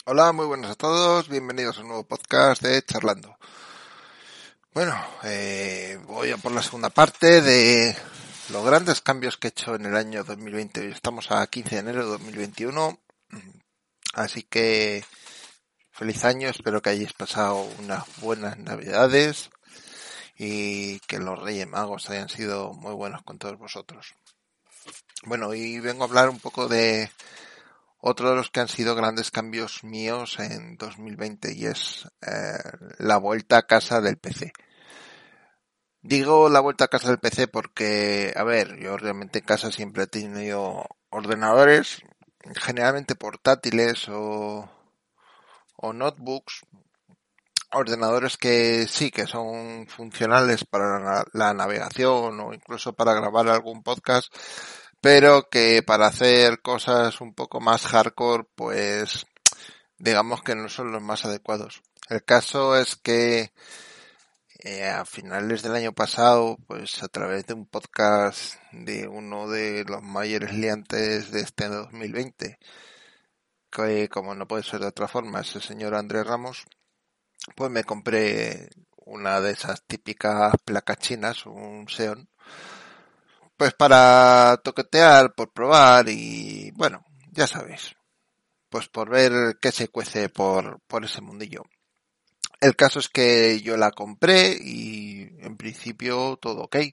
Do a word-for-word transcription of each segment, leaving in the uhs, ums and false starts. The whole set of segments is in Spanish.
Hola, muy buenas a todos, bienvenidos a un nuevo podcast de Charlando. Bueno, eh, voy a por la segunda parte de los grandes cambios que he hecho en el año dos mil veinte. Hoy estamos a quince de enero de dos mil veintiuno, así que feliz año, espero que hayáis pasado unas buenas navidades y que los Reyes Magos hayan sido muy buenos con todos vosotros. Bueno, hoy vengo a hablar un poco de otro de los que han sido grandes cambios míos en dos mil veinte y es eh, la vuelta a casa del P C. Digo la vuelta a casa del P C porque, a ver, yo realmente en casa siempre he tenido ordenadores, generalmente portátiles o, o notebooks, ordenadores que sí que son funcionales para la, la navegación o incluso para grabar algún podcast, pero que para hacer cosas un poco más hardcore, pues digamos que no son los más adecuados. El caso es que eh, a finales del año pasado, pues a través de un podcast de uno de los mayores liantes de este dos mil veinte, que como no puede ser de otra forma, es el señor Andrés Ramos, pues me compré una de esas típicas placas chinas, un Xeon, pues para toquetear, por probar y bueno, ya sabéis, pues por ver qué se cuece por, por ese mundillo. El caso es que yo la compré y en principio todo ok.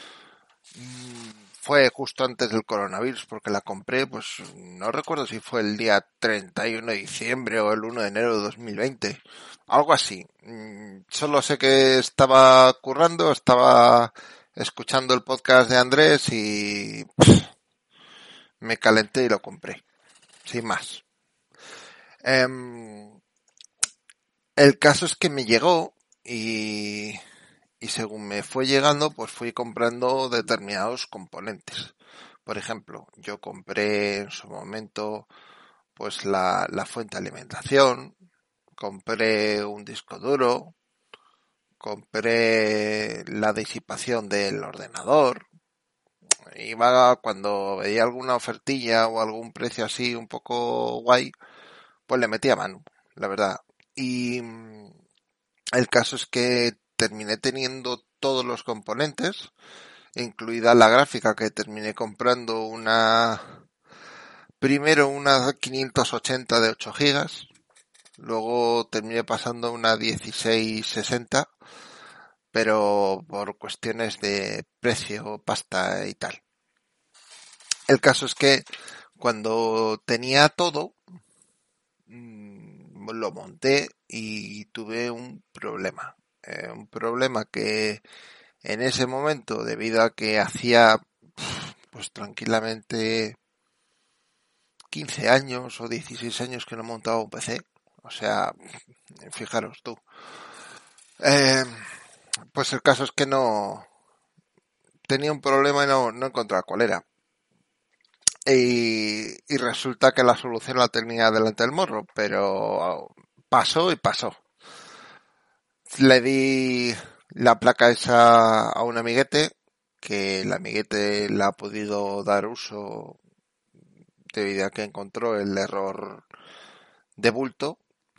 Fue justo antes del coronavirus porque la compré, pues no recuerdo si fue el día treinta y uno de diciembre o el uno de enero de dos mil veinte. Algo así. Solo sé que estaba currando, estaba escuchando el podcast de Andrés y pff, me calenté y lo compré. Sin más. Um, el caso es que me llegó y y según me fue llegando, pues fui comprando determinados componentes. Por ejemplo, yo compré en su momento pues la, la fuente de alimentación, compré un disco duro, compré la disipación del ordenador. Iba cuando veía alguna ofertilla o algún precio así un poco guay, pues le metía mano, la verdad. Y el caso es que terminé teniendo todos los componentes, incluida la gráfica, que terminé comprando una, primero una quinientos ochenta de ocho gigas, luego terminé pasando una dieciséis sesenta, pero por cuestiones de precio, pasta y tal. El caso es que cuando tenía todo, mmm, lo monté y tuve un problema. Eh, un problema que en ese momento, debido a que hacía pues tranquilamente quince años o dieciséis años que no montaba un P C, o sea, fijaros tú. Eh, pues el caso es que no tenía un problema y no, no encontraba cuál era. Y, y resulta que la solución la tenía delante del morro, pero pasó y pasó. Le di la placa esa a un amiguete, que el amiguete la ha podido dar uso debido a que encontró el error de bulto,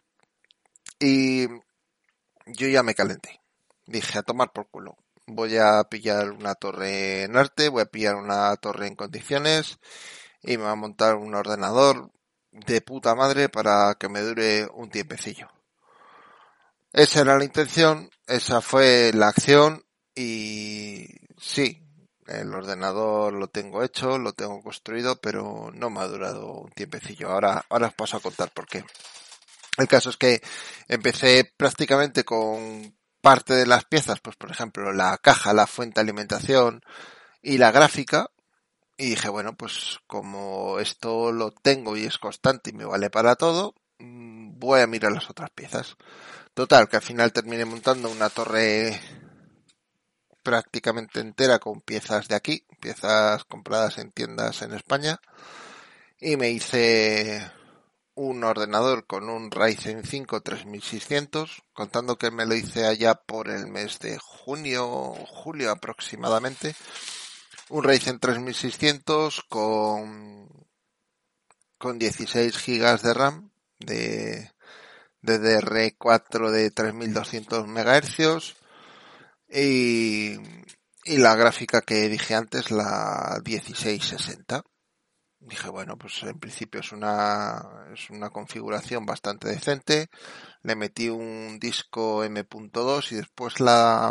y yo ya me calenté. Dije, a tomar por culo. Voy a pillar una torre en arte, voy a pillar una torre en condiciones y me voy a montar un ordenador de puta madre para que me dure un tiempecillo. Esa era la intención, esa fue la acción y sí, el ordenador lo tengo hecho, lo tengo construido, pero no me ha durado un tiempecillo. Ahora, ahora os paso a contar por qué. El caso es que empecé prácticamente con parte de las piezas, pues por ejemplo la caja, la fuente de alimentación y la gráfica, y dije, bueno, pues como esto lo tengo y es constante y me vale para todo, voy a mirar las otras piezas. Total, que al final terminé montando una torre prácticamente entera con piezas de aquí, piezas compradas en tiendas en España, y me hice un ordenador con un Ryzen cinco tres mil seiscientos, contando que me lo hice allá por el mes de junio, julio aproximadamente. Un Ryzen tres mil seiscientos con, con dieciséis gigas de RAM de D D R cuatro de tres mil doscientos megahercios y, y la gráfica que dije antes, la dieciséis sesenta. Dije, bueno, pues en principio es una, es una configuración bastante decente. Le metí un disco eme punto dos y después la,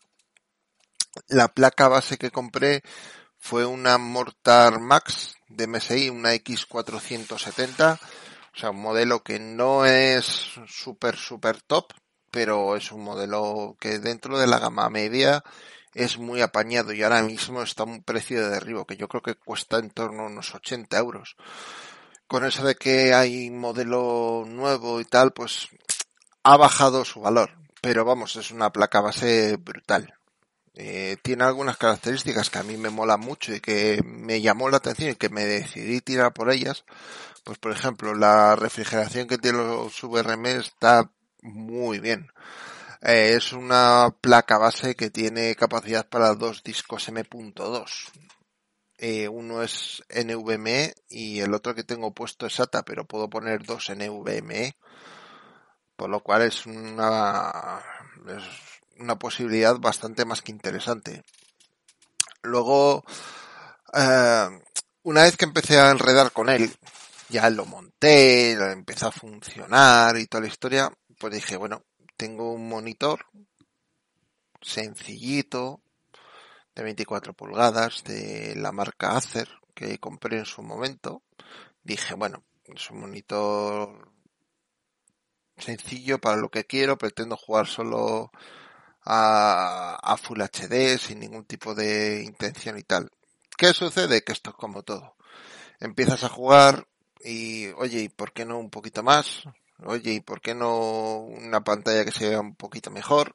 la placa base que compré fue una Mortar Max de M S I, una equis cuatrocientos setenta. O sea, un modelo que no es súper, súper top, pero es un modelo que dentro de la gama media es muy apañado y ahora mismo está a un precio de derribo que yo creo que cuesta en torno a unos ochenta euros. Con eso de que hay modelo nuevo y tal, pues ha bajado su valor. Pero vamos, es una placa base brutal. Eh, tiene algunas características que a mí me molan mucho y que me llamó la atención y que me decidí tirar por ellas. Pues por ejemplo, la refrigeración que tiene los V R M está muy bien. Eh, es una placa base que tiene capacidad para dos discos eme punto dos. Eh, uno es ene ve eme e y el otro que tengo puesto es SATA, pero puedo poner dos ene ve eme e, por lo cual es una, es una posibilidad bastante más que interesante. Luego, eh, una vez que empecé a enredar con él, ya lo monté, empezó a funcionar y toda la historia, pues dije, bueno, tengo un monitor sencillito de veinticuatro pulgadas de la marca Acer que compré en su momento. Dije, bueno, es un monitor sencillo para lo que quiero, pretendo jugar solo a, a Full H D sin ningún tipo de intención y tal. ¿Qué sucede? Que esto es como todo. Empiezas a jugar y, oye, ¿y por qué no un poquito más? Oye, ¿y por qué no una pantalla que sea un poquito mejor?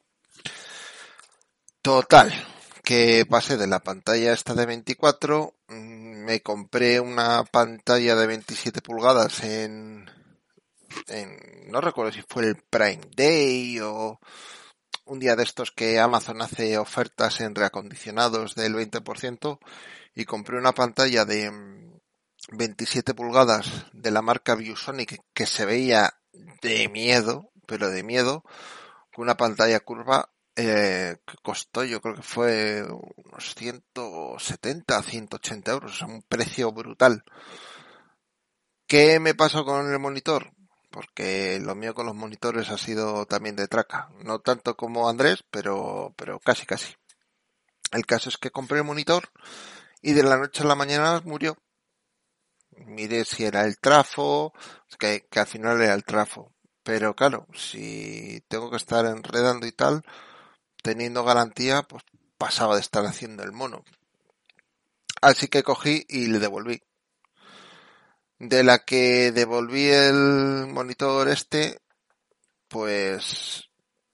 Total, que pasé de la pantalla esta de veinticuatro, me compré una pantalla de veintisiete pulgadas en, en, no recuerdo si fue el Prime Day o un día de estos que Amazon hace ofertas en reacondicionados del veinte por ciento y compré una pantalla de veintisiete pulgadas de la marca ViewSonic que se veía de miedo, pero de miedo, con una pantalla curva eh, que costó, yo creo que fue unos ciento setenta, ciento ochenta euros, o sea, un precio brutal. ¿Qué me pasó con el monitor? Porque lo mío con los monitores ha sido también de traca. No tanto como Andrés, pero, pero casi casi. El caso es que compré el monitor y de la noche a la mañana murió. Miré si era el trafo, que, que al final era el trafo. Pero claro, si tengo que estar enredando y tal, teniendo garantía, pues pasaba de estar haciendo el mono. Así que cogí y le devolví. De la que devolví el monitor este, pues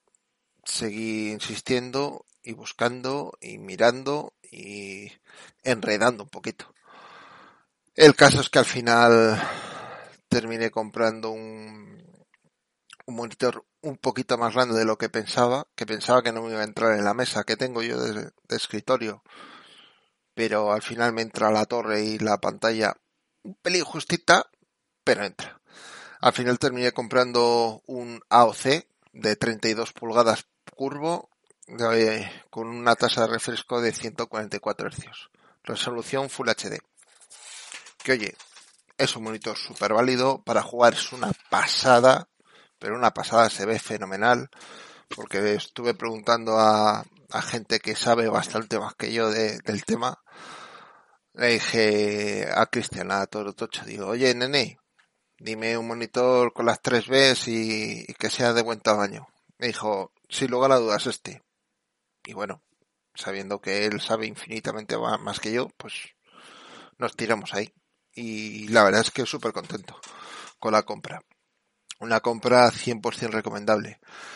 seguí insistiendo y buscando y mirando y enredando un poquito. El caso es que al final terminé comprando un, un monitor un poquito más grande de lo que pensaba, que pensaba que no me iba a entrar en la mesa que tengo yo de, de escritorio, pero al final me entra la torre y la pantalla un pelín justita, pero entra. Al final terminé comprando un A O C de treinta y dos pulgadas curvo de, con una tasa de refresco de ciento cuarenta y cuatro hercios. Resolución Full H D. Que oye, es un monitor súper válido. Para jugar es una pasada, pero una pasada, se ve fenomenal. Porque estuve preguntando a, a gente que sabe bastante más que yo de, del tema. Le dije a Cristian, a Toro Tocho, digo, oye, nene, dime un monitor con las tres Bs y, y que sea de buen tamaño. Me dijo, sin lugar a dudas este. Y bueno, sabiendo que él sabe infinitamente más que yo, pues nos tiramos ahí. Y la verdad es que súper contento con la compra. Una compra cien por ciento recomendable.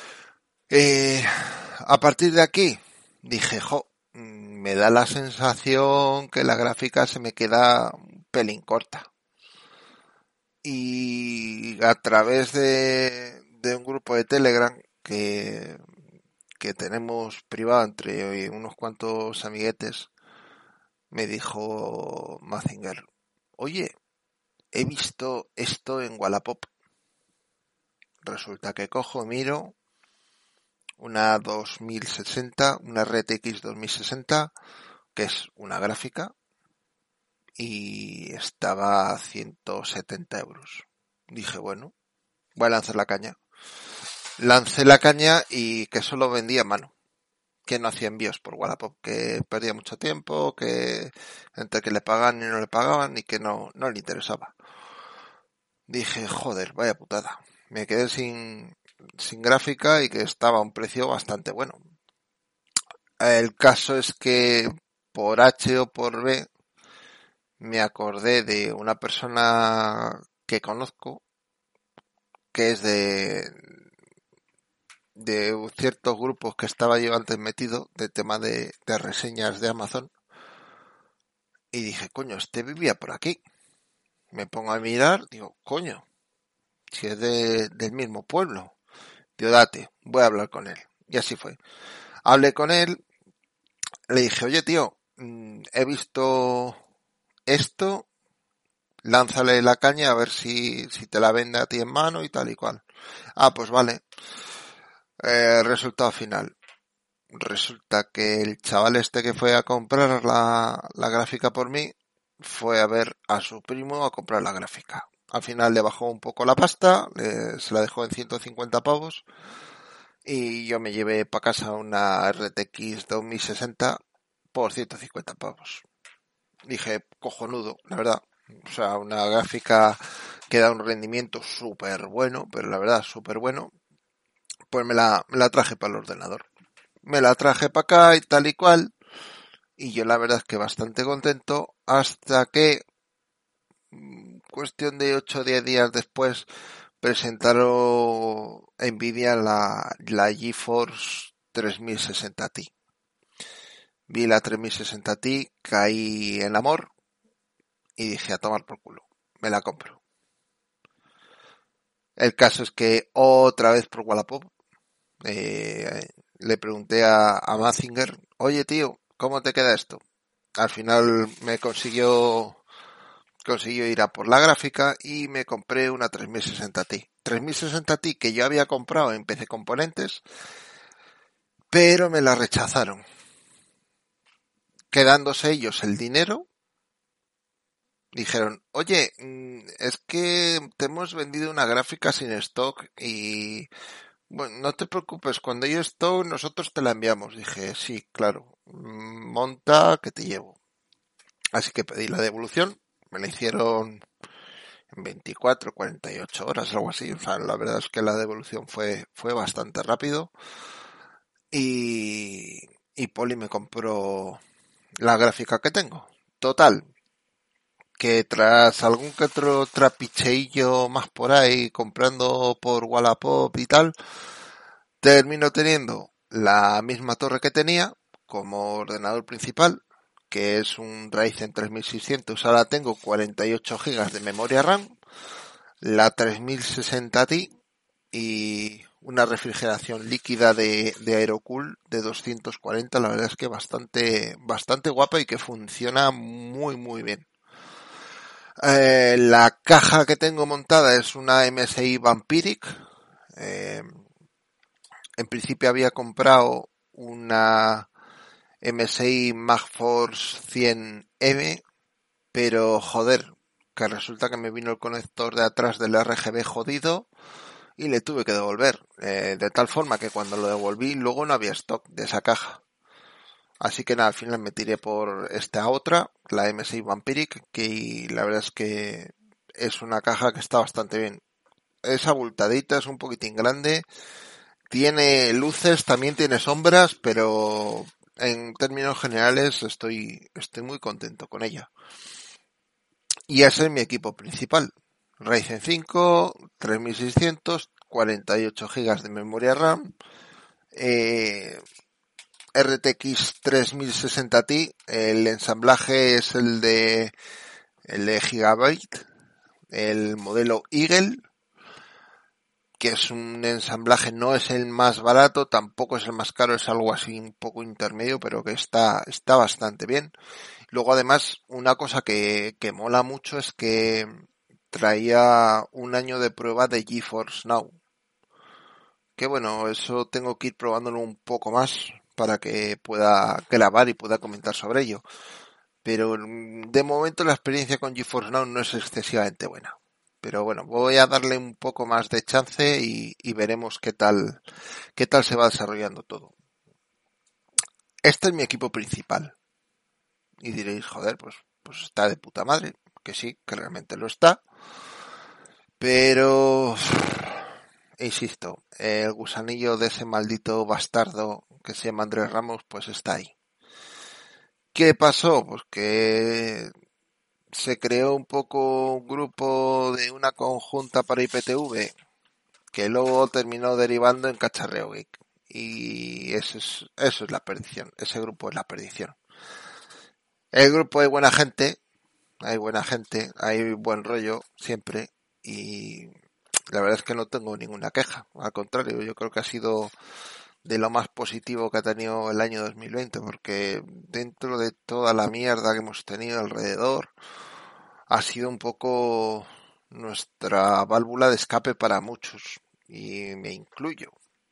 Eh, a partir de aquí, dije, jo, me da la sensación que la gráfica se me queda un pelín corta. Y a través de, de un grupo de Telegram que, que tenemos privado entre unos cuantos amiguetes, me dijo Mazinger, oye, he visto esto en Wallapop. Resulta que cojo, miro una dos mil sesenta, una R T X dos mil sesenta, que es una gráfica, y estaba a ciento setenta euros. Dije, bueno, voy a lanzar la caña. Lancé la caña y que solo vendía a mano, que no hacía envíos por Wallapop, que perdía mucho tiempo, que entre que le pagaban y no le pagaban y que no, no le interesaba. Dije, joder, vaya putada. Me quedé sin, sin gráfica y que estaba a un precio bastante bueno. El caso es que por H o por B me acordé de una persona que conozco que es de de ciertos grupos que estaba yo antes metido de tema de, de reseñas de Amazon, y dije, coño, este vivía por aquí. Me pongo a mirar, digo, coño, si es de, del mismo pueblo. Digo, date, voy a hablar con él. Y así fue. Hablé con él, le dije, oye tío, he visto esto, lánzale la caña a ver si, si te la vende a ti en mano y tal y cual. Ah, pues vale. Eh, resultado final. Resulta que el chaval este que fue a comprar la, la gráfica por mí fue a ver a su primo a comprar la gráfica. Al final le bajó un poco la pasta, le, se la dejó en ciento cincuenta pavos y yo me llevé para casa una R T X dos mil sesenta por ciento cincuenta pavos. Dije, cojonudo, la verdad. O sea, una gráfica que da un rendimiento súper bueno, pero la verdad súper bueno. Pues me la, me la traje para el ordenador. Me la traje para acá y tal y cual. Y yo la verdad es que bastante contento hasta que, cuestión de ocho o diez días después, presentaron Nvidia la, la GeForce tres mil sesenta Ti. Vi la tres mil sesenta Ti, caí en amor y dije, a tomar por culo, me la compro. El caso es que otra vez por Wallapop eh, le pregunté a, a Mazinger, oye tío, ¿cómo te queda esto? Al final me consiguió consiguió ir a por la gráfica y me compré una tres mil sesenta Ti. tres mil sesenta Ti que yo había comprado en P C Componentes, pero me la rechazaron, quedándose ellos el dinero. Dijeron, oye, es que te hemos vendido una gráfica sin stock y bueno, no te preocupes, cuando hay stock nosotros te la enviamos. Dije, sí, claro, monta que te llevo. Así que pedí la devolución, me la hicieron en veinticuatro, cuarenta y ocho horas, algo así. O sea, la verdad es que la devolución fue, fue bastante rápido. Y, y Poli me compró la gráfica que tengo. Total, que tras algún que otro trapicheillo más por ahí, comprando por Wallapop y tal, termino teniendo la misma torre que tenía como ordenador principal, que es un Ryzen tres mil seiscientos. Ahora tengo cuarenta y ocho gigas de memoria RAM, la tres mil sesenta Ti y una refrigeración líquida de, de Aerocool de doscientos cuarenta. La verdad es que bastante, bastante guapa y que funciona muy muy bien. Eh, la caja que tengo montada es una M S I Vampiric. Eh, en principio había comprado una M S I MagForce cien M, pero joder, que resulta que me vino el conector de atrás del R G B jodido y le tuve que devolver, eh, de tal forma que cuando lo devolví luego no había stock de esa caja. Así que nada, al final me tiré por esta otra, la M S I Vampiric, que la verdad es que es una caja que está bastante bien. Es abultadita, es un poquitín grande, tiene luces, también tiene sombras, pero en términos generales estoy, estoy muy contento con ella. Y ese es mi equipo principal. Ryzen cinco, tres mil seiscientos, cuarenta y ocho gigas de memoria RAM, eh, R T X tres mil sesenta Ti, el ensamblaje es el de el de Gigabyte, el modelo Eagle, que es un ensamblaje, no es el más barato, tampoco es el más caro, es algo así un poco intermedio, pero que está, está bastante bien. Luego además, una cosa que, que mola mucho es que traía un año de prueba de GeForce Now. que bueno, eso tengo que ir probándolo un poco más para que pueda grabar y pueda comentar sobre ello. Pero mm, de momento la experiencia con GeForce Now no es excesivamente buena. Pero bueno, voy a darle un poco más de chance y, y veremos qué tal, qué tal se va desarrollando todo. Este es mi equipo principal. Y diréis, joder, pues, pues está de puta madre. Que sí, que realmente lo está. Pero, insisto, el gusanillo de ese maldito bastardo que se llama Andrés Ramos, pues está ahí. ¿Qué pasó? Pues que se creó un poco un grupo de una conjunta para I P T V que luego terminó derivando en Cacharreo Geek. Y eso es, eso es la perdición. Ese grupo es la perdición. El grupo hay buena gente, hay buena gente, hay buen rollo siempre y la verdad es que no tengo ninguna queja. Al contrario, yo creo que ha sido de lo más positivo que ha tenido el año dos mil veinte porque dentro de toda la mierda que hemos tenido alrededor ha sido un poco nuestra válvula de escape para muchos y me incluyo.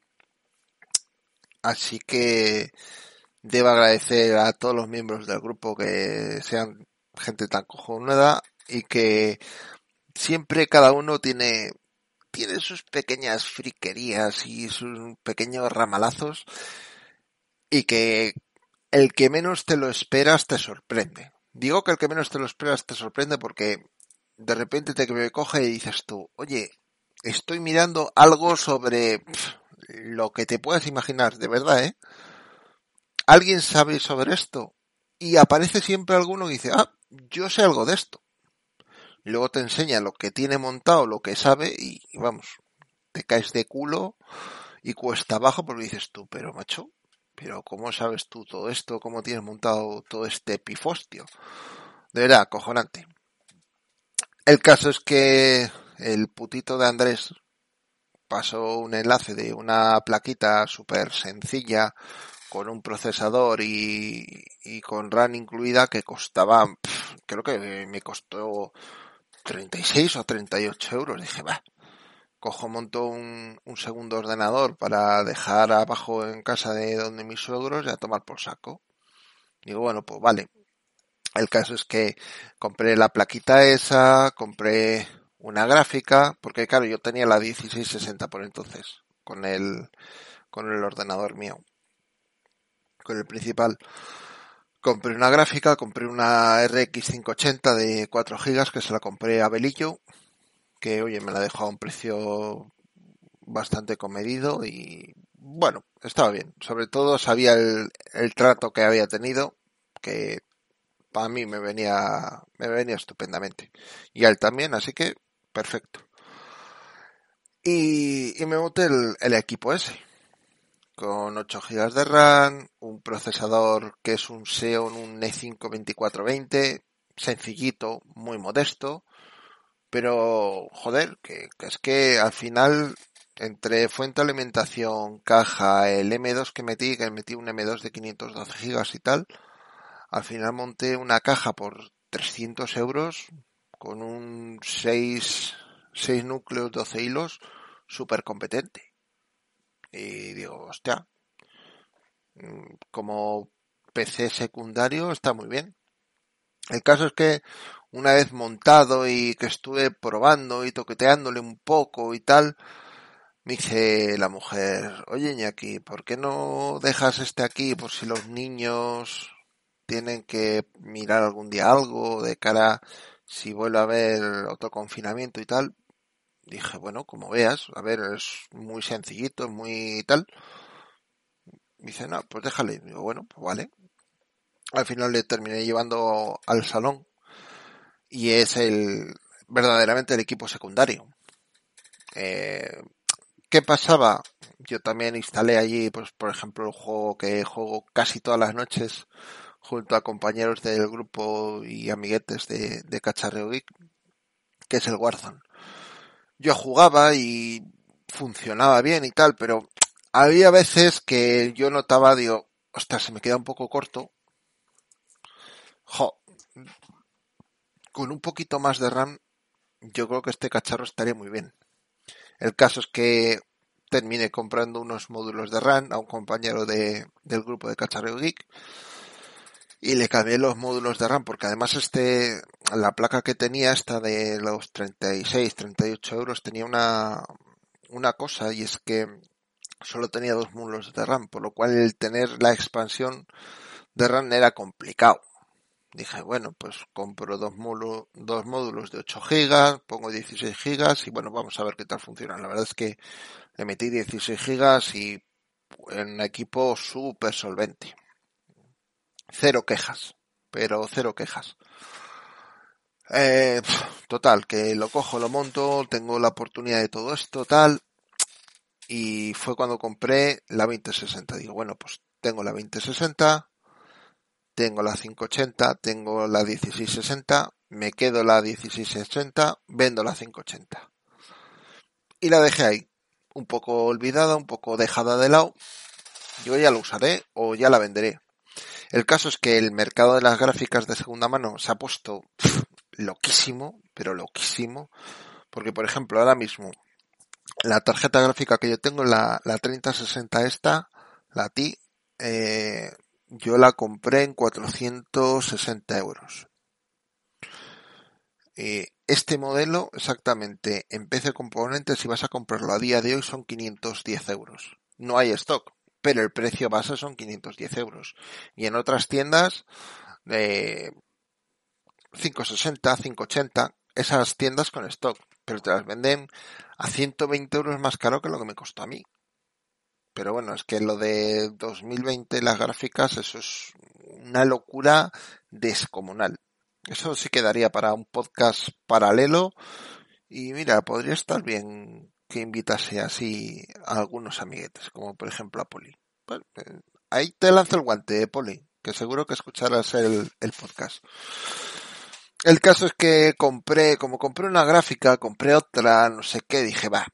Así que debo agradecer a todos los miembros del grupo que sean gente tan cojonuda y que siempre cada uno tiene tiene sus pequeñas friquerías y sus pequeños ramalazos y que el que menos te lo esperas te sorprende. Digo que el que menos te lo esperas te sorprende porque de repente te me coge y dices tú, oye, estoy mirando algo sobre pff, lo que te puedas imaginar, de verdad, ¿eh? ¿Alguien sabe sobre esto? Y aparece siempre alguno y dice, ah, yo sé algo de esto. Y luego te enseña lo que tiene montado, lo que sabe y, y vamos, te caes de culo y cuesta abajo porque dices tú, pero macho, pero ¿cómo sabes tú todo esto? ¿Cómo tienes montado todo este pifostio? De verdad, acojonante. El caso es que el putito de Andrés pasó un enlace de una plaquita súper sencilla con un procesador y, y con RAM incluida que costaba, pff, creo que me costó treinta y seis o treinta y ocho euros. Dije, va, cojo, monto un, un segundo ordenador para dejar abajo en casa de donde mis suegros y a tomar por saco. Digo, bueno, pues vale. El caso es que compré la plaquita esa, compré una gráfica, porque claro, yo tenía la dieciséis sesenta por entonces, con el, con el ordenador mío, con el principal. Compré una gráfica, compré una R X quinientos ochenta de cuatro gigas que se la compré a Belillo, que oye, me la dejó a un precio bastante comedido y bueno, estaba bien. Sobre todo sabía el, el trato que había tenido, que para mí me venía, me venía estupendamente. Y a él también, así que perfecto. Y, y me monté el, el equipo ese, con ocho gigas de RAM, un procesador que es un Xeon, un E cinco veinticuatro veinte, sencillito, muy modesto, pero joder, que, que es que al final entre fuente de alimentación, caja, el M dos que metí, que metí un M dos de quinientos doce gigas y tal, al final monté una caja por trescientos euros con un seis, seis núcleos, doce hilos, súper competente. Y digo, hostia, como P C secundario está muy bien. El caso es que una vez montado y que estuve probando y toqueteándole un poco y tal, me dice la mujer, oye Iñaki, ¿por qué no dejas este aquí por si los niños tienen que mirar algún día algo de cara si vuelve a haber otro confinamiento y tal? Dije, bueno, como veas, a ver, es muy sencillito, es muy tal. Me dice, no, pues déjale. Digo, bueno, pues vale. Al final le terminé llevando al salón y es el verdaderamente el equipo secundario. Eh, ¿Qué pasaba? Yo también instalé allí, pues por ejemplo, el juego que juego casi todas las noches junto a compañeros del grupo y amiguetes de, de Cacharreo Geek, que es el Warzone. Yo jugaba y funcionaba bien y tal, pero había veces que yo notaba, digo, ostras, se me queda un poco corto. Jo, con un poquito más de RAM, yo creo que este cacharro estaría muy bien. El caso es que terminé comprando unos módulos de RAM a un compañero de, del grupo de Cacharreo Geek y le cambié los módulos de RAM porque además este, la placa que tenía, esta de los treinta y seis, treinta y ocho euros, tenía una, una cosa, y es que solo tenía dos módulos de RAM, por lo cual el tener la expansión de RAM era complicado. Dije, bueno, pues compro dos, módulos, dos módulos de ocho gigas, pongo dieciséis gigas y bueno, vamos a ver qué tal funciona. La verdad es que le metí dieciséis gigas y en un equipo súper solvente. Cero quejas, pero cero quejas. Eh, total, que lo cojo, lo monto, tengo la oportunidad de todo esto, tal, y fue cuando compré la veinte sesenta. Digo, bueno, pues tengo la veinte sesenta, tengo la quinientos ochenta, tengo la dieciséis sesenta, me quedo la dieciséis sesenta, vendo la quinientos ochenta. Y la dejé ahí, un poco olvidada, un poco dejada de lado. Yo ya la usaré o ya la venderé. El caso es que el mercado de las gráficas de segunda mano se ha puesto pff, loquísimo, pero loquísimo. Porque, por ejemplo, ahora mismo, la tarjeta gráfica que yo tengo, la, la treinta sesenta esta, la Ti, eh, yo la compré en cuatrocientos sesenta euros. Eh, este modelo, exactamente, en P C Componentes, si vas a comprarlo a día de hoy, son quinientos diez euros. No hay stock, pero el precio base son quinientos diez euros. Y en otras tiendas, de quinientos sesenta, quinientos ochenta, esas tiendas con stock, pero te las venden a ciento veinte euros más caro que lo que me costó a mí. Pero bueno, es que lo de dos mil veinte, las gráficas, eso es una locura descomunal. Eso sí quedaría para un podcast paralelo y mira, podría estar bien que invitase así a algunos amiguetes, como por ejemplo a Poli. Bueno, eh, ahí te lanzo el guante, eh, Poli, que seguro que escucharás el, el podcast. El caso es que compré, como compré una gráfica, compré otra, no sé qué, dije, va,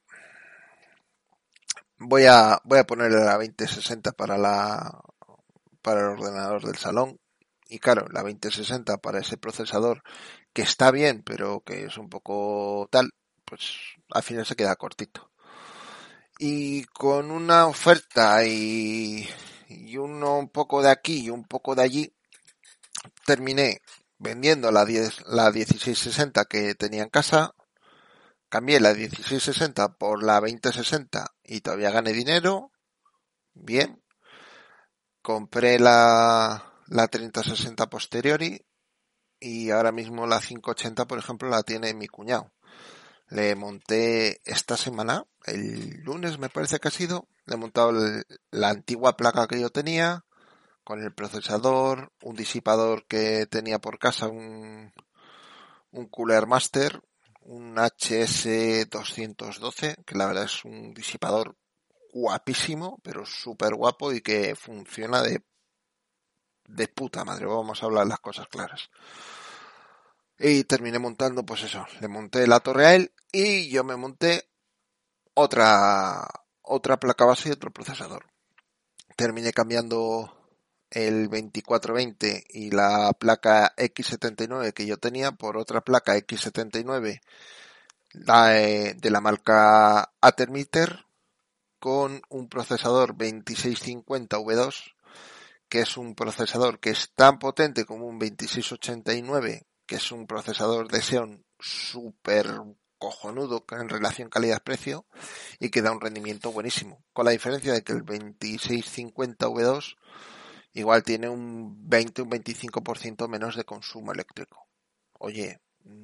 voy a, voy a ponerle la veinte sesenta para la, para el ordenador del salón. Y claro, la veinte sesenta para ese procesador, que está bien, pero que es un poco tal, pues al final se queda cortito. Y con una oferta y, y uno un poco de aquí y un poco de allí, terminé vendiendo la, diez, la dieciséis sesenta que tenía en casa, cambié la dieciséis sesenta por la veinte sesenta y todavía gané dinero, bien. Compré la, la treinta sesenta posteriori y ahora mismo la quinientos ochenta, por ejemplo, la tiene mi cuñado. Le monté esta semana, el lunes me parece que ha sido, le he montado el, la antigua placa que yo tenía, con el procesador, un disipador que tenía por casa, un, un Cooler Master, un H S doscientos doce, que la verdad es un disipador guapísimo, pero súper guapo y que funciona de, de puta madre, vamos a hablar las cosas claras. Y terminé montando, pues eso, le monté la torre a él y yo me monté otra, otra placa base y otro procesador. Terminé cambiando el veinticuatro veinte y la placa equis setenta y nueve que yo tenía por otra placa equis setenta y nueve la, eh, de la marca Athermeter con un procesador veintiséis cincuenta V dos, que es un procesador que es tan potente como un veintiséis ochenta y nueve, que es un procesador de Xeon súper cojonudo en relación calidad-precio y que da un rendimiento buenísimo, con la diferencia de que el veintiséis cincuenta V dos igual tiene un veinte, un veinticinco por ciento menos de consumo eléctrico. Oye,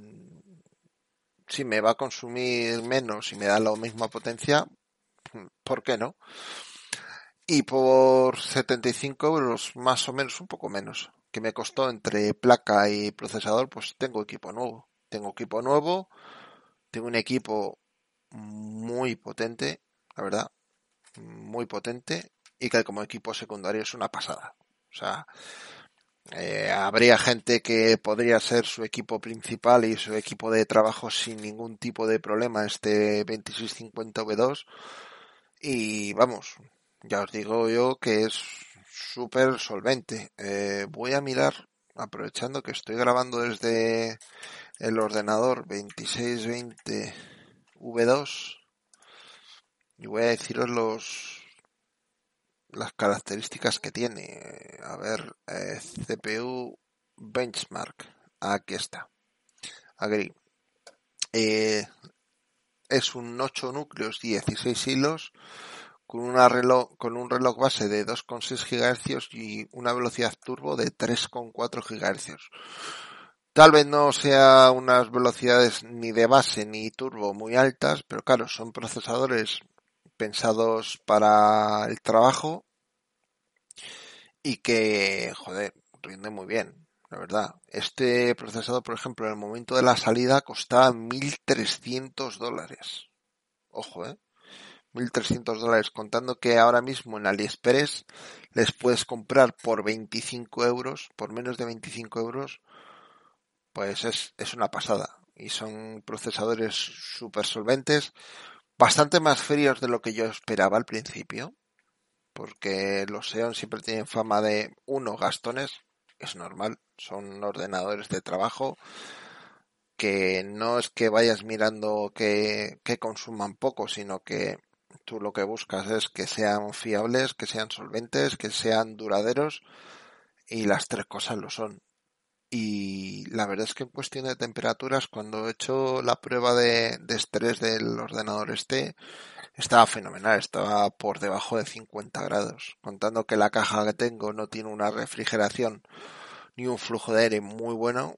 si me va a consumir menos y me da la misma potencia, ¿por qué no? Y por setenta y cinco euros, más o menos, un poco menos, que me costó entre placa y procesador, pues tengo equipo nuevo. Tengo equipo nuevo, tengo un equipo muy potente, la verdad, muy potente, y que como equipo secundario es una pasada. O sea, eh, habría gente que podría ser su equipo principal y su equipo de trabajo sin ningún tipo de problema, este veintiséis cincuenta V dos, y vamos, ya os digo yo que es súper solvente. Eh, voy a mirar, aprovechando que estoy grabando desde el ordenador veintiséis veinte V dos, y voy a deciros los las características que tiene. A ver, eh, C P U Benchmark. Aquí está. Agree. Eh, es un ocho núcleos, dieciséis hilos, con, una reloj, con un reloj base de dos coma seis gigahercios y una velocidad turbo de tres coma cuatro gigahercios. Tal vez no sea unas velocidades ni de base ni turbo muy altas, pero claro, son procesadores pensados para el trabajo y que, joder, rinde muy bien, la verdad. Este procesador, por ejemplo, en el momento de la salida costaba mil trescientos dólares. Ojo, eh. mil trescientos dólares, contando que ahora mismo en AliExpress les puedes comprar por veinticinco euros, por menos de veinticinco euros, pues es, es una pasada. Y son procesadores súper solventes, bastante más fríos de lo que yo esperaba al principio, porque los Xeon siempre tienen fama de, uno, gastones, es normal, son ordenadores de trabajo, que no es que vayas mirando que, que consuman poco, sino que tú lo que buscas es que sean fiables, que sean solventes, que sean duraderos, y las tres cosas lo son. Y la verdad es que en cuestión de temperaturas, cuando he hecho la prueba de, de estrés del ordenador este, estaba fenomenal, estaba por debajo de cincuenta grados. Contando que la caja que tengo no tiene una refrigeración ni un flujo de aire muy bueno,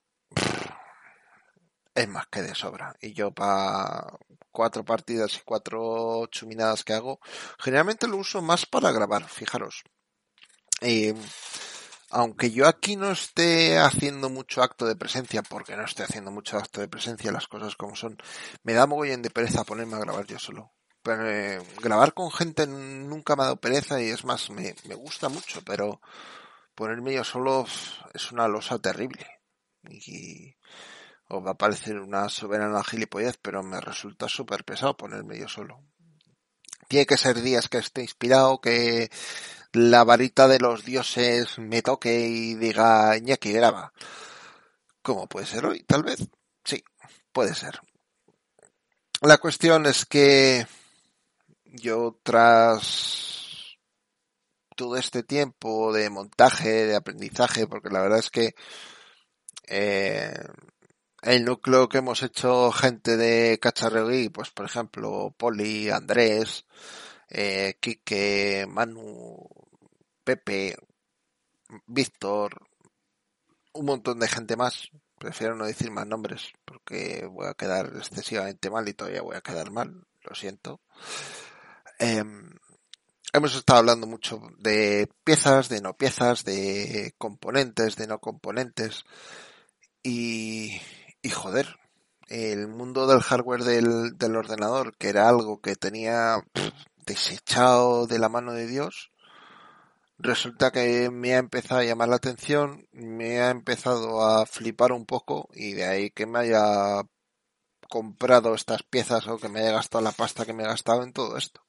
es más que de sobra. Y yo para cuatro partidas y cuatro chuminadas que hago, generalmente lo uso más para grabar, fijaros. Eh, aunque yo aquí no esté haciendo mucho acto de presencia, porque no estoy haciendo mucho acto de presencia, las cosas como son, me da mogollón de pereza ponerme a grabar yo solo. Pero eh, grabar con gente nunca me ha dado pereza y es más, me, me gusta mucho, pero ponerme yo solo es una losa terrible. Y os va a parecer una soberana gilipollez, pero me resulta súper pesado ponerme yo solo. Tiene que ser días que esté inspirado, que la varita de los dioses me toque y diga, Iñaki, graba. ¿Cómo puede ser hoy? Tal vez. Sí, puede ser. La cuestión es que yo tras todo este tiempo de montaje, de aprendizaje, porque la verdad es que eh, el núcleo que hemos hecho gente de Cacharregui, pues por ejemplo, Poli, Andrés, eh, Quique, Manu, Pepe, Víctor, un montón de gente más. Prefiero no decir más nombres porque voy a quedar excesivamente mal y todavía voy a quedar mal. Lo siento. Eh, hemos estado hablando mucho de piezas, de no piezas, de componentes, de no componentes. Y, y joder, el mundo del hardware del, del ordenador, que era algo que tenía pff, desechado de la mano de Dios, resulta que me ha empezado a llamar la atención, me ha empezado a flipar un poco y de ahí que me haya comprado estas piezas o que me haya gastado la pasta que me he gastado en todo esto.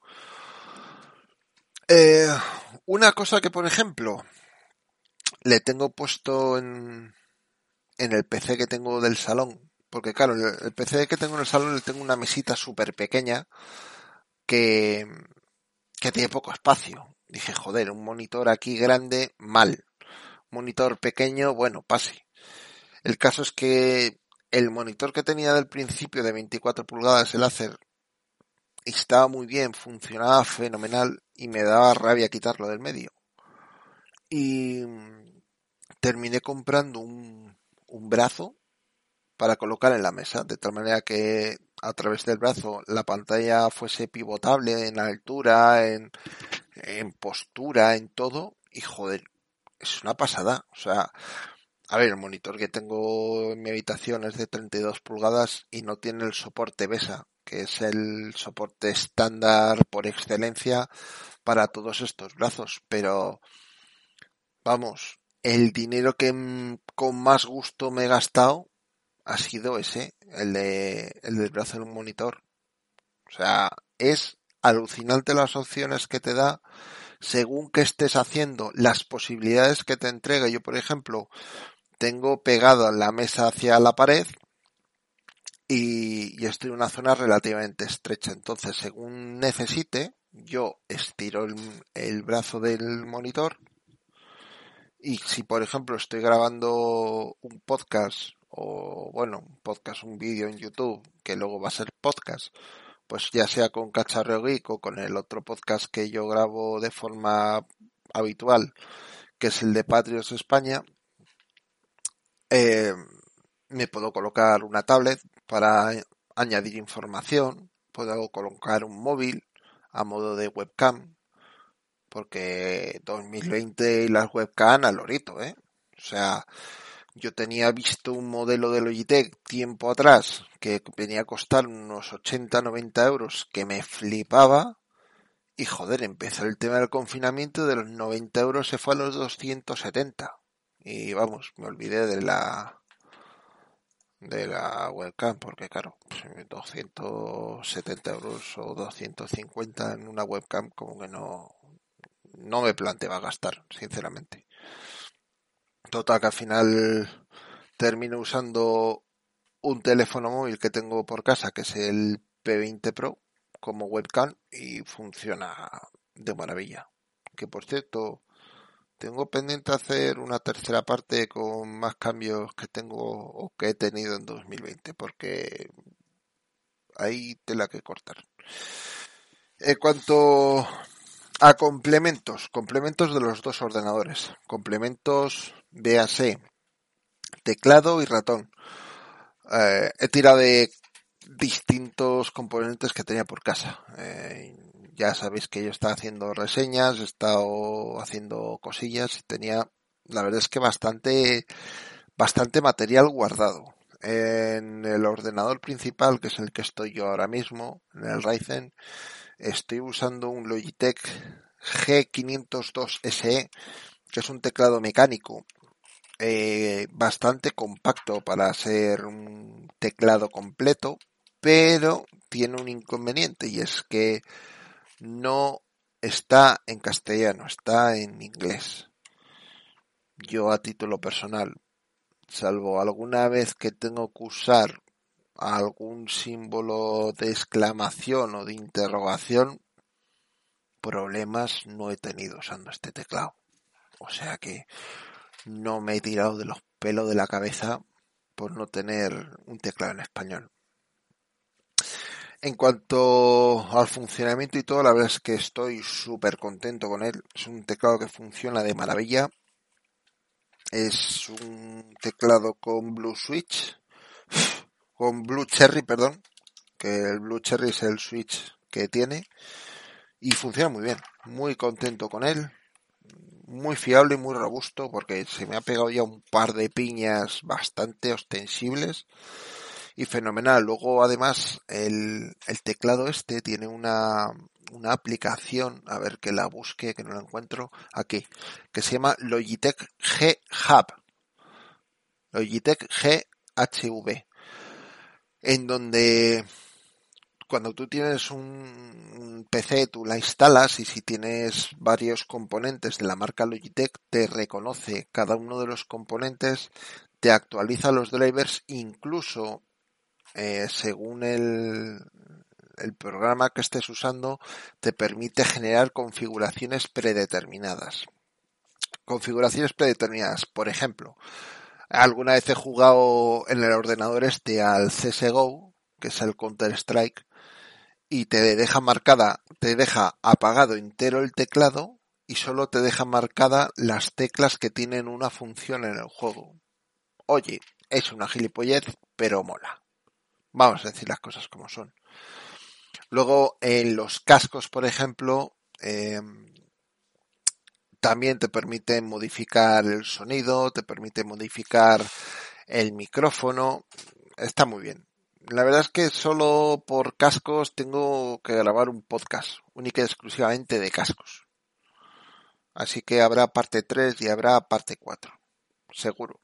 Eh, una cosa que, por ejemplo, le tengo puesto en, en el P C que tengo del salón, porque claro, el, el P C que tengo en el salón le tengo una mesita súper pequeña que, que tiene poco espacio. Dije, joder, un monitor aquí grande, mal. Monitor pequeño, bueno, pase. El caso es que el monitor que tenía del principio de veinticuatro pulgadas, el Acer, estaba muy bien, funcionaba fenomenal y me daba rabia quitarlo del medio. Y terminé comprando un, un brazo para colocar en la mesa, de tal manera que a través del brazo la pantalla fuese pivotable en altura, en, en postura, en todo. Y joder, es una pasada. O sea, a ver, el monitor que tengo en mi habitación es de treinta y dos pulgadas y no tiene el soporte BESA, que es el soporte estándar por excelencia para todos estos brazos. Pero, vamos, el dinero que m- con más gusto me he gastado ha sido ese, el de el del brazo en un monitor. O sea, es alucinante las opciones que te da según que estés haciendo, las posibilidades que te entrega. Yo, por ejemplo, tengo pegado la mesa hacia la pared y, y estoy en una zona relativamente estrecha. Entonces, según necesite, yo estiro el, el brazo del monitor y si, por ejemplo, estoy grabando un podcast o, bueno, un podcast, un vídeo en YouTube, que luego va a ser podcast, pues ya sea con Cacharreo Geek o con el otro podcast que yo grabo de forma habitual, que es el de Patriots España, eh, me puedo colocar una tablet para añadir información, puedo colocar un móvil a modo de webcam, porque dos mil veinte y las webcam al lorito, ¿eh? O sea, yo tenía visto un modelo de Logitech tiempo atrás que venía a costar unos ochenta noventa euros, que me flipaba. Y joder, empezó el tema del confinamiento, de los noventa euros se fue a los doscientos setenta. Y vamos, me olvidé de la de la webcam, porque claro, pues doscientos setenta euros o doscientos cincuenta en una webcam como que no, no me planteaba gastar, sinceramente. Total, que al final termino usando un teléfono móvil que tengo por casa, que es el P veinte Pro, como webcam y funciona de maravilla. Que por cierto, tengo pendiente hacer una tercera parte con más cambios que tengo o que he tenido en dos mil veinte, porque hay tela que cortar. En cuanto a complementos, complementos de los dos ordenadores, complementos, véase, teclado y ratón. Eh, he tirado de distintos componentes que tenía por casa. Eh, ya sabéis que yo estaba haciendo reseñas, he estado haciendo cosillas y tenía, la verdad es que bastante, bastante material guardado. En el ordenador principal, que es el que estoy yo ahora mismo, en el Ryzen, estoy usando un Logitech G quinientos dos S E, que es un teclado mecánico eh, bastante compacto para ser un teclado completo, pero tiene un inconveniente y es que no está en castellano, está en inglés. Yo a título personal, salvo alguna vez que tengo que usar algún símbolo de exclamación o de interrogación, problemas no he tenido usando este teclado. O sea que no me he tirado de los pelos de la cabeza por no tener un teclado en español. En cuanto al funcionamiento y todo, la verdad es que estoy súper contento con él. Es un teclado que funciona de maravilla. Es un teclado con Blue Switch, con Blue Cherry, perdón, que el Blue Cherry es el switch que tiene y funciona muy bien. Muy contento con él. Muy fiable y muy robusto, porque se me ha pegado ya un par de piñas bastante ostensibles y fenomenal. Luego además el, el teclado este tiene una, una aplicación, a ver que la busque, que no la encuentro aquí, que se llama Logitech G Hub, Logitech G H V, en donde cuando tú tienes un, un P C, tú la instalas y si tienes varios componentes de la marca Logitech, te reconoce cada uno de los componentes, te actualiza los drivers, incluso eh, según el, el programa que estés usando, te permite generar configuraciones predeterminadas. Configuraciones predeterminadas, por ejemplo, alguna vez he jugado en el ordenador este al C S G O, que es el Counter-Strike, y te deja marcada, te deja apagado entero el teclado y solo te deja marcada las teclas que tienen una función en el juego. Oye, es una gilipollez, pero mola. Vamos a decir las cosas como son. Luego, en los cascos, por ejemplo, eh, también te permite modificar el sonido, te permite modificar el micrófono. Está muy bien. La verdad es que solo por cascos tengo que grabar un podcast, única y exclusivamente de cascos. Así que habrá parte tres y habrá parte cuatro, seguro.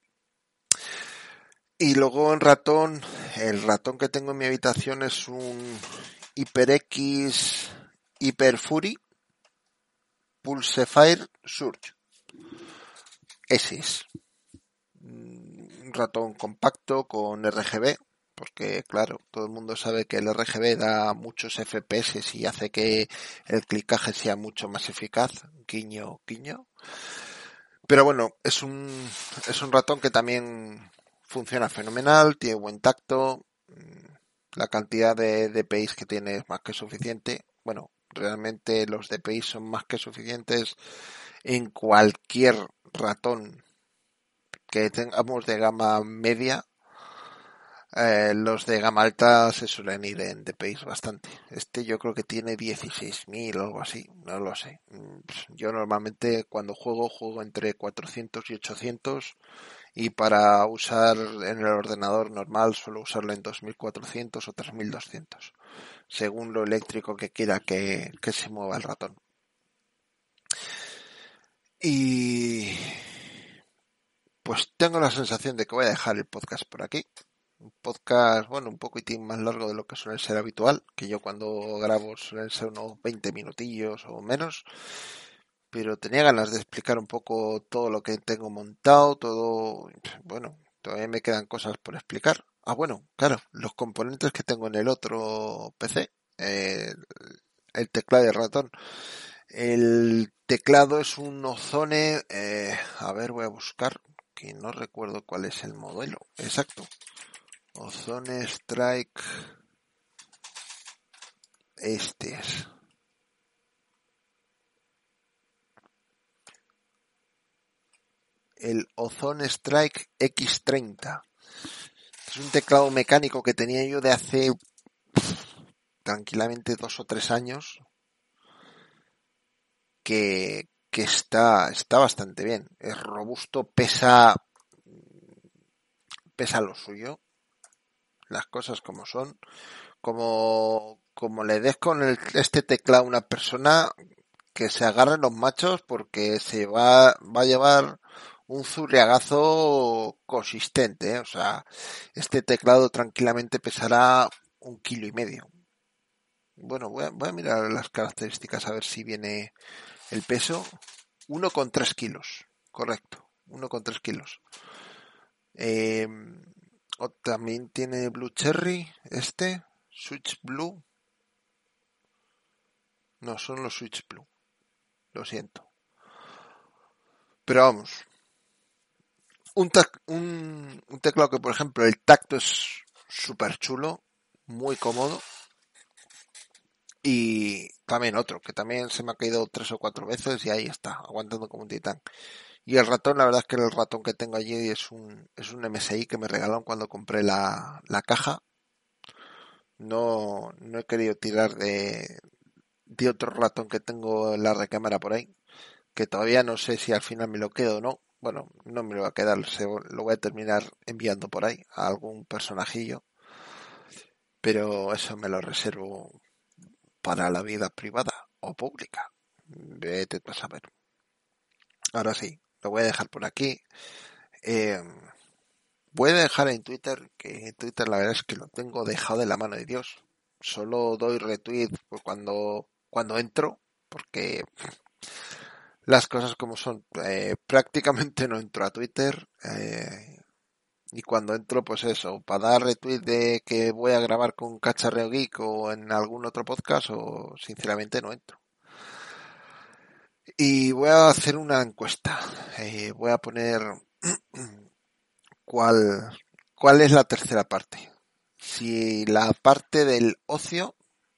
Y luego en ratón, el ratón que tengo en mi habitación es un HyperX Hyperfury Pulsefire Surge. Ese es. Un ratón compacto con R G B porque claro, todo el mundo sabe que el R G B da muchos F P S y hace que el clicaje sea mucho más eficaz, guiño, guiño. Pero bueno, es un, es un ratón que también funciona fenomenal, tiene buen tacto, la cantidad de D P Is que tiene es más que suficiente. Bueno, realmente los D P Is son más que suficientes en cualquier ratón que tengamos de gama media. Eh, los de gama alta se suelen ir en D P Is bastante. Este yo creo que tiene dieciséis mil o algo así, no lo sé. Yo normalmente cuando juego, juego entre cuatrocientos y ochocientos, y para usar en el ordenador normal suelo usarlo en dos mil cuatrocientos o tres mil doscientos, según lo eléctrico que quiera que, que se mueva el ratón. Y pues tengo la sensación de que voy a dejar el podcast por aquí. Un podcast, bueno, un poquitín más largo de lo que suele ser habitual, que yo cuando grabo suelen ser unos veinte minutillos o menos, pero tenía ganas de explicar un poco todo lo que tengo montado, todo, bueno, todavía me quedan cosas por explicar. Ah, bueno, claro, los componentes que tengo en el otro P C, eh, el teclado y el ratón. El teclado es un Ozone, eh, a ver, voy a buscar, que no recuerdo cuál es el modelo exacto. Ozone Strike, este es. El Ozone Strike X treinta. Es un teclado mecánico que tenía yo de hace tranquilamente dos o tres años, que, que está, está bastante bien. Es robusto, pesa, pesa lo suyo, las cosas como son. Como, como le des con el, este teclado a una persona, que se agarren los machos, porque se va, va a llevar un zurriagazo consistente, ¿eh? O sea, este teclado tranquilamente pesará un kilo y medio. Bueno, voy a, voy a mirar las características a ver si viene el peso. Uno coma tres kilos, correcto, uno coma tres kilos. Eh, también tiene Blue Cherry, este, Switch Blue. No, son los Switch Blue, lo siento. Pero vamos, un, tac, un, un teclado que, por ejemplo, el tacto es súper chulo, muy cómodo. Y también otro, que también se me ha caído tres o cuatro veces y ahí está, aguantando como un titán. Y el ratón, la verdad es que el ratón que tengo allí es un, es un M S I que me regalaron cuando compré la, la caja. No, no he querido tirar de, de otro ratón que tengo en la recámara por ahí, que todavía no sé si al final me lo quedo o no. Bueno, no me lo va a quedar, se, lo voy a terminar enviando por ahí a algún personajillo, pero eso me lo reservo para la vida privada o pública. Vete tú a saber. Ahora sí, lo voy a dejar por aquí. Eh, voy a dejar en Twitter, que Twitter la verdad es que lo tengo dejado de la mano de Dios. Solo doy retweet pues cuando, cuando entro, porque las cosas como son. Eh, prácticamente no entro a Twitter. Eh, y cuando entro, pues eso, para dar retweet de que voy a grabar con Cacharreo Geek o en algún otro podcast, o sinceramente no entro. Y voy a hacer una encuesta. Eh, voy a poner cuál, cuál es la tercera parte. Si la parte del ocio,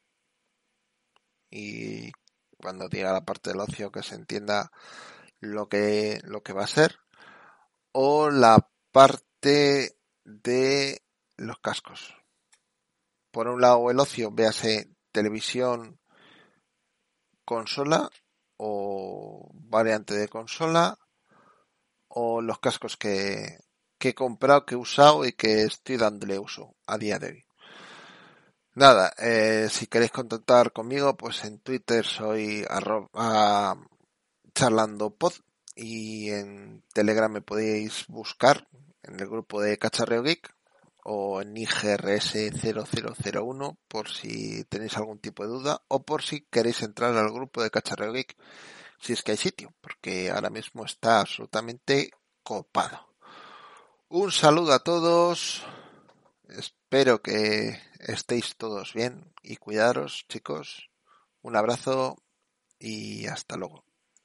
y cuando diga la parte del ocio que se entienda lo que, lo que va a ser, o la parte de los cascos. Por un lado el ocio, véase televisión, consola o variante de consola, o los cascos que, que he comprado, que he usado y que estoy dándole uso a día de hoy. Nada, eh, si queréis contactar conmigo, pues en Twitter soy arroba charlandopod, y en Telegram me podéis buscar en el grupo de Cacharreo Geek o en I G R S cero cero cero uno por si tenéis algún tipo de duda, o por si queréis entrar al grupo de Cacharreo Geek, si es que hay sitio, porque ahora mismo está absolutamente copado. Un saludo a todos Espero que estéis todos bien y cuidaros, chicos. Un abrazo y hasta luego.